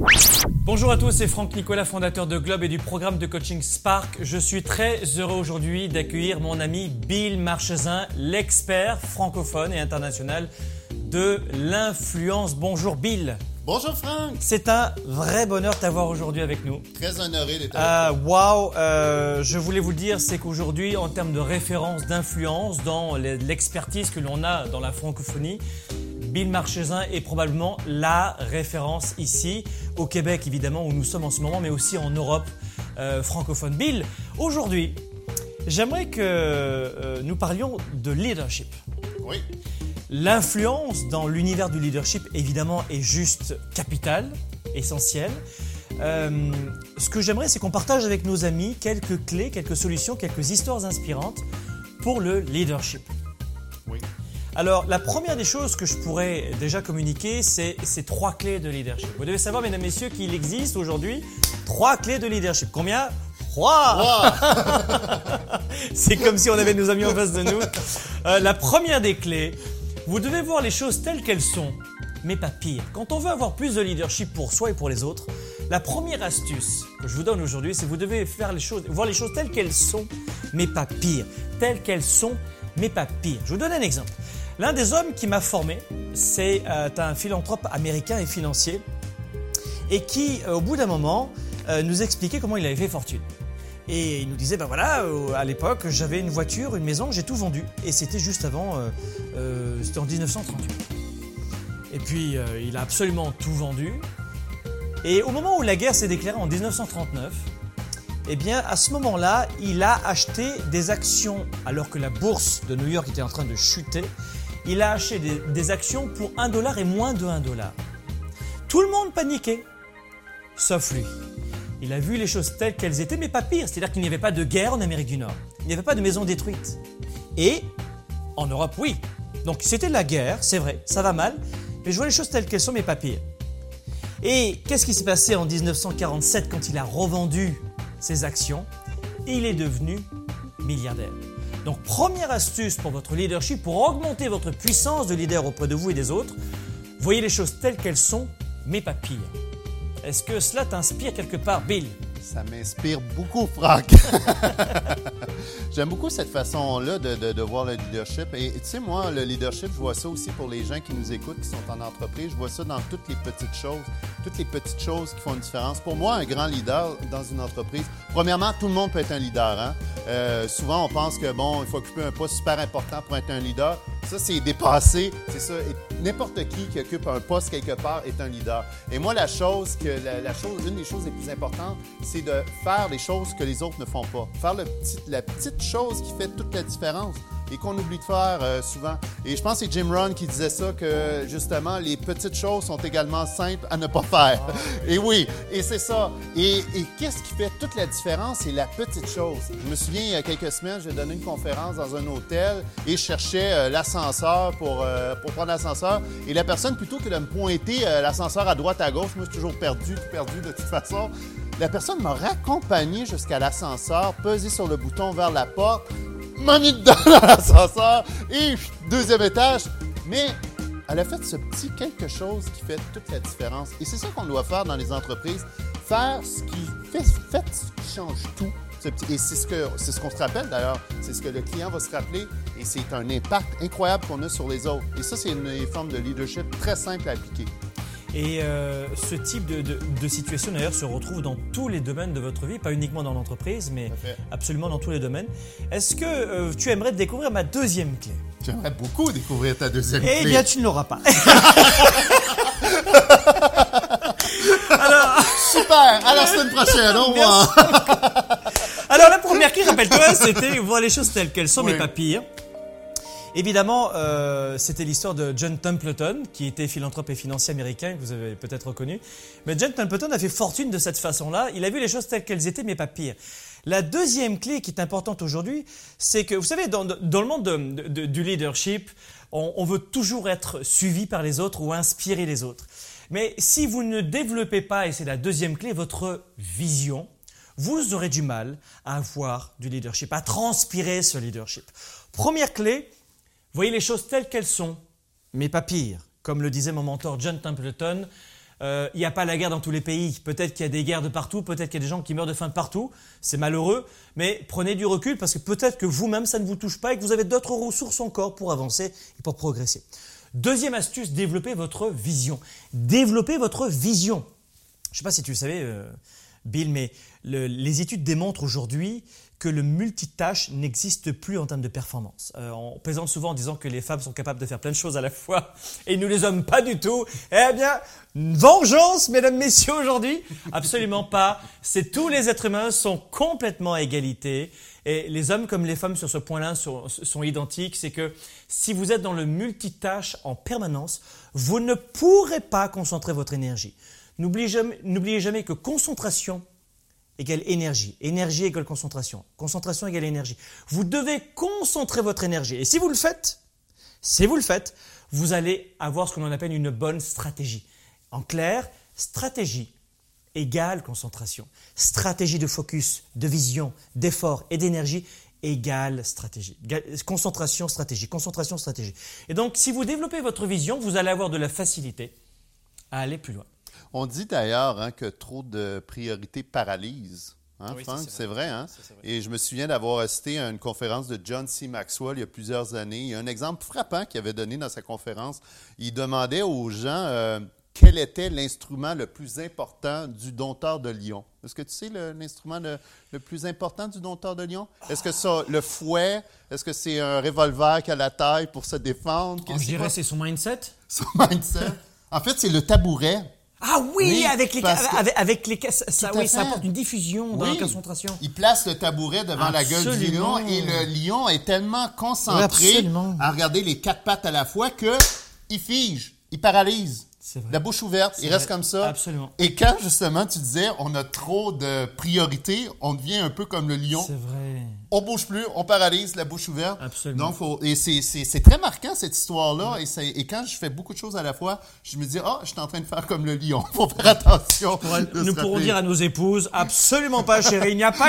Bonjour à tous, c'est Franck Nicolas, fondateur de Globe et du programme de coaching Spark. Je suis très heureux aujourd'hui d'accueillir mon ami Bill Marchezin, l'expert francophone et international de l'influence. Bonjour Bill. Bonjour Franck. C'est un vrai bonheur de t'avoir aujourd'hui avec nous. Très honoré d'être avec toi. Je voulais vous le dire, c'est qu'aujourd'hui, en termes de référence, d'influence, dans l'expertise que l'on a dans la francophonie, Bill Marchezin est probablement la référence ici, au Québec évidemment, où nous sommes en ce moment, mais aussi en Europe francophone. Bill, aujourd'hui, j'aimerais que nous parlions de leadership. Oui. L'influence dans l'univers du leadership, évidemment, est juste capitale, essentielle. Ce que j'aimerais, c'est qu'on partage avec nos amis quelques clés, quelques solutions, quelques histoires inspirantes pour le leadership. Oui. Alors, la première des choses que je pourrais déjà communiquer, c'est ces 3 clés de leadership. Vous devez savoir, mesdames et messieurs, qu'il existe aujourd'hui 3 clés de leadership. Combien ? 3 C'est comme si on avait nos amis en face de nous. La première des clés, vous devez voir les choses telles qu'elles sont, mais pas pire. Quand on veut avoir plus de leadership pour soi et pour les autres, la première astuce que je vous donne aujourd'hui, c'est que vous devez voir les choses telles qu'elles sont, mais pas pire. Telles qu'elles sont, mais pas pire. Je vous donne un exemple. L'un des hommes qui m'a formé, c'est un philanthrope américain et financier et qui, au bout d'un moment, nous expliquait comment il avait fait fortune. Et il nous disait, à l'époque, j'avais une voiture, une maison, j'ai tout vendu. Et c'était juste avant, c'était en 1938. Et puis, il a absolument tout vendu. Et au moment où la guerre s'est déclarée en 1939, eh bien, à ce moment-là, il a acheté des actions, alors que la bourse de New York était en train de chuter. Il a acheté des actions pour $1 et moins de $1. Tout le monde paniquait, sauf lui. Il a vu les choses telles qu'elles étaient, mais pas pire. C'est-à-dire qu'il n'y avait pas de guerre en Amérique du Nord. Il n'y avait pas de maisons détruites. Et en Europe, oui. Donc c'était la guerre, c'est vrai, ça va mal. Mais je vois les choses telles qu'elles sont, mais pas pire. Et qu'est-ce qui s'est passé en 1947 quand il a revendu ses actions? Il est devenu milliardaire. Donc, première astuce pour votre leadership, pour augmenter votre puissance de leader auprès de vous et des autres, voyez les choses telles qu'elles sont, mais pas pire. Est-ce que cela t'inspire quelque part, Bill? Ça m'inspire beaucoup, Franck. J'aime beaucoup cette façon-là de voir le leadership. Et tu sais, moi, le leadership, je vois ça aussi pour les gens qui nous écoutent, qui sont en entreprise. Je vois ça dans toutes les petites choses qui font une différence. Pour moi, un grand leader dans une entreprise, premièrement, tout le monde peut être un leader. Hein? Souvent, on pense que, il faut occuper un poste super important pour être un leader. Ça, c'est dépassé. C'est ça. Et n'importe qui occupe un poste quelque part est un leader. Et moi, une des choses les plus importantes, c'est de faire les choses que les autres ne font pas. Faire la petite chose qui fait toute la différence et qu'on oublie de faire souvent. Et je pense que c'est Jim Rohn qui disait ça, que justement, les petites choses sont également simples à ne pas faire. Et oui, et c'est ça. Et qu'est-ce qui fait toute la différence? C'est la petite chose. Je me souviens, il y a quelques semaines, j'ai donné une conférence dans un hôtel et je cherchais l'ascenseur pour prendre l'ascenseur. Et la personne, plutôt que de me pointer l'ascenseur à droite, à gauche, moi, je suis toujours perdu de toute façon. La personne m'a raccompagné jusqu'à l'ascenseur, pesé sur le bouton vers la porte, m'a mis dedans dans l'ascenseur et deuxième étage. Mais elle a fait ce petit quelque chose qui fait toute la différence. Et c'est ça qu'on doit faire dans les entreprises, faire ce qui change tout. Et c'est ce qu'on se rappelle d'ailleurs, c'est ce que le client va se rappeler et c'est un impact incroyable qu'on a sur les autres. Et ça, c'est une forme de leadership très simple à appliquer. Et ce type de situation, d'ailleurs, se retrouve dans tous les domaines de votre vie, pas uniquement dans l'entreprise, mais absolument dans tous les domaines. Est-ce que tu aimerais découvrir ma deuxième clé? J'aimerais beaucoup découvrir ta deuxième clé. Eh bien, tu ne l'auras pas. Super! À la semaine prochaine, au revoir! Alors, la première clé, rappelle-toi, c'était voir les choses telles qu'elles sont, mais pas pire. Évidemment, c'était l'histoire de John Templeton, qui était philanthrope et financier américain, que vous avez peut-être reconnu. Mais John Templeton a fait fortune de cette façon-là. Il a vu les choses telles qu'elles étaient, mais pas pire. La deuxième clé qui est importante aujourd'hui, c'est que, vous savez, dans le monde du leadership, on veut toujours être suivi par les autres ou inspirer les autres. Mais si vous ne développez pas, et c'est la deuxième clé, votre vision, vous aurez du mal à avoir du leadership, à transpirer ce leadership. Première clé, voyez les choses telles qu'elles sont, mais pas pire. Comme le disait mon mentor John Templeton, Il n'y a pas la guerre dans tous les pays. Peut-être qu'il y a des guerres de partout, peut-être qu'il y a des gens qui meurent de faim de partout. C'est malheureux, mais prenez du recul parce que peut-être que vous-même, ça ne vous touche pas et que vous avez d'autres ressources encore pour avancer et pour progresser. Deuxième astuce, développez votre vision. Développez votre vision. Je ne sais pas si tu le savais, Bill, mais les études démontrent aujourd'hui que le multitâche n'existe plus en termes de performance. On plaisante souvent en disant que les femmes sont capables de faire plein de choses à la fois et nous les hommes pas du tout. Eh bien, vengeance, mesdames, messieurs, aujourd'hui? Absolument pas. C'est tous les êtres humains sont complètement à égalité et les hommes comme les femmes sur ce point-là sont identiques. C'est que si vous êtes dans le multitâche en permanence, vous ne pourrez pas concentrer votre énergie. N'oubliez jamais que concentration égale énergie. Énergie égale concentration. Concentration égale énergie. Vous devez concentrer votre énergie. Et si vous le faites, vous allez avoir ce que l'on appelle une bonne stratégie. En clair, stratégie égale concentration. Stratégie de focus, de vision, d'effort et d'énergie égale stratégie. Concentration, stratégie. Concentration, stratégie. Et donc, si vous développez votre vision, vous allez avoir de la facilité à aller plus loin. On dit d'ailleurs que trop de priorités paralysent. Oui, Frank, c'est vrai. Hein? C'est vrai. Et je me souviens d'avoir assisté à une conférence de John C. Maxwell il y a plusieurs années. Il y a un exemple frappant qu'il avait donné dans sa conférence. Il demandait aux gens quel était l'instrument le plus important du dompteur de lion. Est-ce que tu sais l'instrument le plus important du dompteur de lion? Est-ce que c'est le fouet? Est-ce que c'est un revolver qui a la taille pour se défendre? Je dirais c'est son mindset. Son mindset. En fait, c'est le tabouret. Ah oui, avec ça apporte une diffusion dans la concentration. Il place le tabouret devant la gueule du lion et le lion est tellement concentré à regarder les quatre pattes à la fois qu'il fige, il paralyse. C'est vrai. La bouche ouverte, il reste comme ça. Absolument. Et quand justement tu disais on a trop de priorités, on devient un peu comme le lion. C'est vrai. On bouge plus, on paralyse, la bouche ouverte. Absolument. Donc, c'est très marquant cette histoire-là. Et quand je fais beaucoup de choses à la fois, je me dis, je suis en train de faire comme le lion. Il faut faire attention. Nous pourrons dire à nos épouses, absolument pas, chérie. Il n'y a pas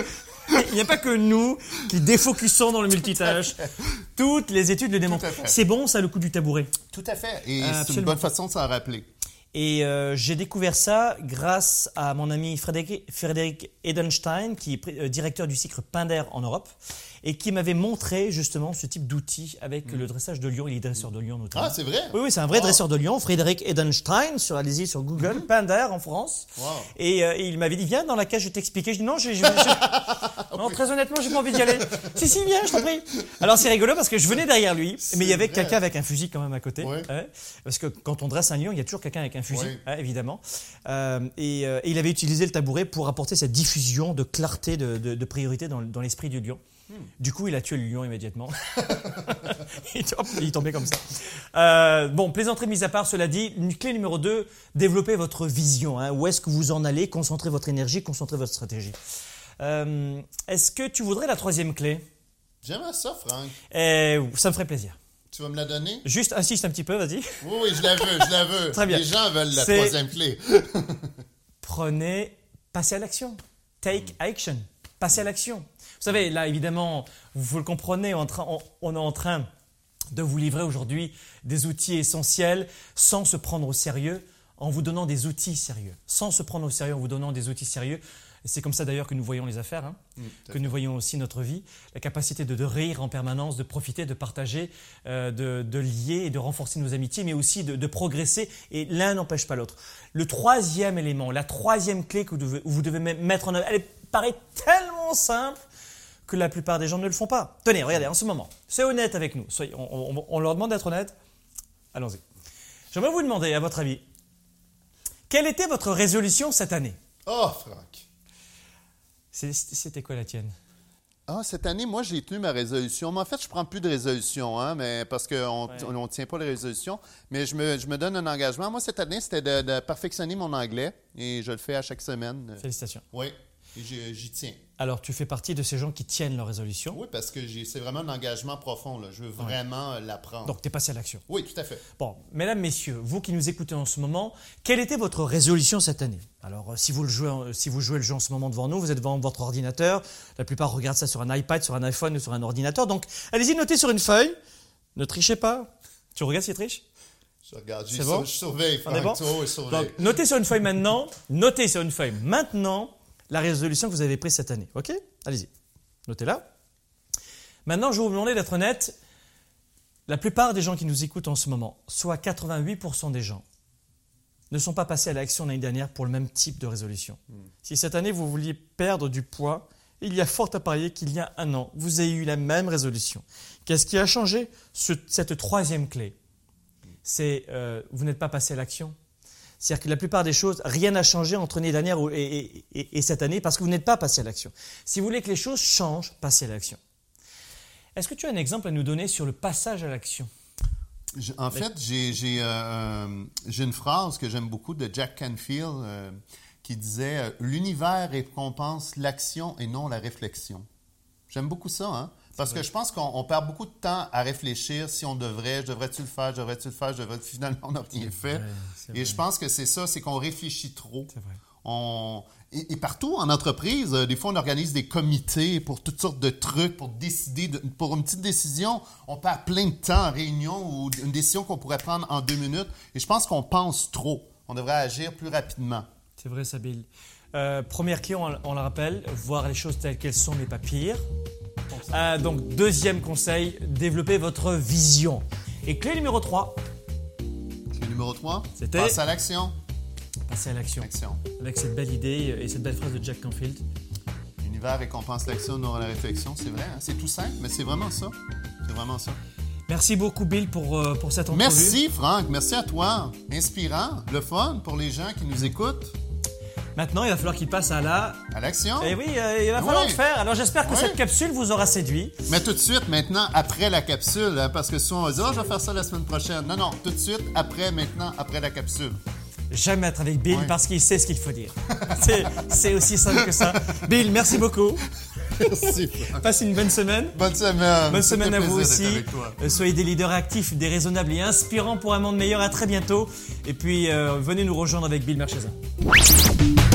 que nous qui défocusons dans le multitâche. Toutes les études le démontrent. C'est bon, ça, le coup du tabouret. Tout à fait. Et c'est une bonne façon de s'en rappeler. Et j'ai découvert ça grâce à mon ami Frédéric Edenstein, qui est directeur du cycle Pinder en Europe, et qui m'avait montré justement ce type d'outil avec le dressage de lion. Il est dresseur de lion notamment. Ah, c'est vrai? Oui, c'est un vrai dresseur de lion. Frédéric Edenstein, allez-y sur Google, Pinder en France. Wow. Et il m'avait dit, viens dans la cage, je vais t'expliquer. Je dis, non, non, très honnêtement, j'ai pas envie d'y aller. Si, viens, je t'en prie. Alors, c'est rigolo parce que je venais derrière lui, mais il y avait quelqu'un avec un fusil quand même à côté. Oui. Parce que quand on dresse un lion, il y a toujours quelqu'un avec un fusil, oui. Évidemment. Et il avait utilisé le tabouret pour apporter cette diffusion de clarté, de priorité dans l'esprit du lion. Du coup, il a tué le lion immédiatement. Il est tombé comme ça. Bon, plaisanterie mise à part, cela dit, clé numéro 2, développez votre vision. Où est-ce que vous en allez? Concentrez votre énergie, concentrez votre stratégie. Est-ce que tu voudrais la troisième clé? J'aimerais ça, Frank. Ça me ferait plaisir. Tu vas me la donner? Juste insiste un petit peu, vas-y. Oui, je la veux. Très bien. Les gens veulent la troisième clé. Passez à l'action. Take action. Passez à l'action. Vous savez, là, évidemment, vous le comprenez, on est en train de vous livrer aujourd'hui des outils essentiels sans se prendre au sérieux, en vous donnant des outils sérieux. Sans se prendre au sérieux, en vous donnant des outils sérieux. Et c'est comme ça d'ailleurs que nous voyons les affaires, que nous voyons aussi notre vie, la capacité de rire en permanence, de profiter, de partager, de lier et de renforcer nos amitiés, mais aussi de progresser, et l'un n'empêche pas l'autre. Le troisième élément, la troisième clé que vous devez mettre en œuvre, elle paraît tellement simple que la plupart des gens ne le font pas. Tenez, regardez, en ce moment, soyez honnête avec nous. On leur demande d'être honnête. Allons-y. J'aimerais vous demander, à votre avis, quelle était votre résolution cette année? Oh, Franck. C'était quoi la tienne? Cette année, moi, j'ai tenu ma résolution. Mais en fait, je ne prends plus de résolution, mais parce qu'on ne tient pas les résolutions. Mais je me donne un engagement. Moi, cette année, c'était de perfectionner mon anglais et je le fais à chaque semaine. Félicitations. Oui, et j'y tiens. Alors, tu fais partie de ces gens qui tiennent leurs résolutions? Oui, parce que c'est vraiment un engagement profond. Là. Je veux vraiment l'apprendre. Donc, tu es passé à l'action? Oui, tout à fait. Bon, mesdames, messieurs, vous qui nous écoutez en ce moment, quelle était votre résolution cette année? Alors, si vous jouez le jeu en ce moment devant nous, vous êtes devant votre ordinateur. La plupart regardent ça sur un iPad, sur un iPhone ou sur un ordinateur. Donc, allez-y, notez sur une feuille. Ne trichez pas. Tu regardes si tu triches? Je regarde, C'est bon? Je surveille, On est Franck. bon? Je surveille. Donc, notez sur une feuille maintenant la résolution que vous avez prise cette année. OK? Allez-y. Notez-la. Maintenant, je vais vous demander d'être honnête. La plupart des gens qui nous écoutent en ce moment, soit 88% des gens, ne sont pas passés à l'action l'année dernière pour le même type de résolution. Si cette année, vous vouliez perdre du poids, il y a fort à parier qu'il y a un an, vous avez eu la même résolution. Qu'est-ce qui a changé? Cette troisième clé, c'est vous n'êtes pas passé à l'action. C'est-à-dire que la plupart des choses, rien n'a changé entre l'année dernière et cette année parce que vous n'êtes pas passé à l'action. Si vous voulez que les choses changent, passez à l'action. Est-ce que tu as un exemple à nous donner sur le passage à l'action? En fait, j'ai une phrase que j'aime beaucoup de Jack Canfield qui disait « L'univers récompense l'action et non la réflexion ». J'aime beaucoup ça, hein? Parce que je pense qu'on perd beaucoup de temps à réfléchir si on devrait, devrais-tu le faire, finalement on n'a rien fait. Et je pense que c'est ça, c'est qu'on réfléchit trop. C'est vrai. Et partout en entreprise, des fois on organise des comités pour toutes sortes de trucs, pour décider, pour une petite décision, on perd plein de temps en réunion ou une décision qu'on pourrait prendre en 2 minutes. Et je pense qu'on pense trop. On devrait agir plus rapidement. C'est vrai, ça, Bill. Première clé, on le rappelle, voir les choses telles qu'elles sont, mais pas pire. Donc, deuxième conseil, développer votre vision. Et clé numéro 3. Clé numéro 3, c'était passe à l'action. Passer à l'action. Action. Avec cette belle idée et cette belle phrase de Jack Canfield. L'univers récompense l'action, non la réflexion. C'est vrai, hein? C'est tout simple, mais c'est vraiment ça. C'est vraiment ça. Merci beaucoup, Bill, pour cette entrevue. Merci, Franck. Merci à toi. Inspirant, le fun pour les gens qui nous écoutent. Maintenant, il va falloir qu'il passe à l'action. Eh oui, il va falloir le faire. Alors, j'espère que cette capsule vous aura séduit. Mais tout de suite, maintenant, après la capsule, hein, parce que souvent on va dire « je vais faire ça la semaine prochaine ». Non, tout de suite, après la capsule. J'aime être avec Bill parce qu'il sait ce qu'il faut dire. C'est aussi simple que ça. Bill, merci beaucoup. Merci. Passe une bonne semaine. Bonne semaine. Bonne semaine à vous aussi. Soyez des leaders actifs, des raisonnables et inspirants pour un monde meilleur. À très bientôt. Et puis, venez nous rejoindre avec Bill Marchesa.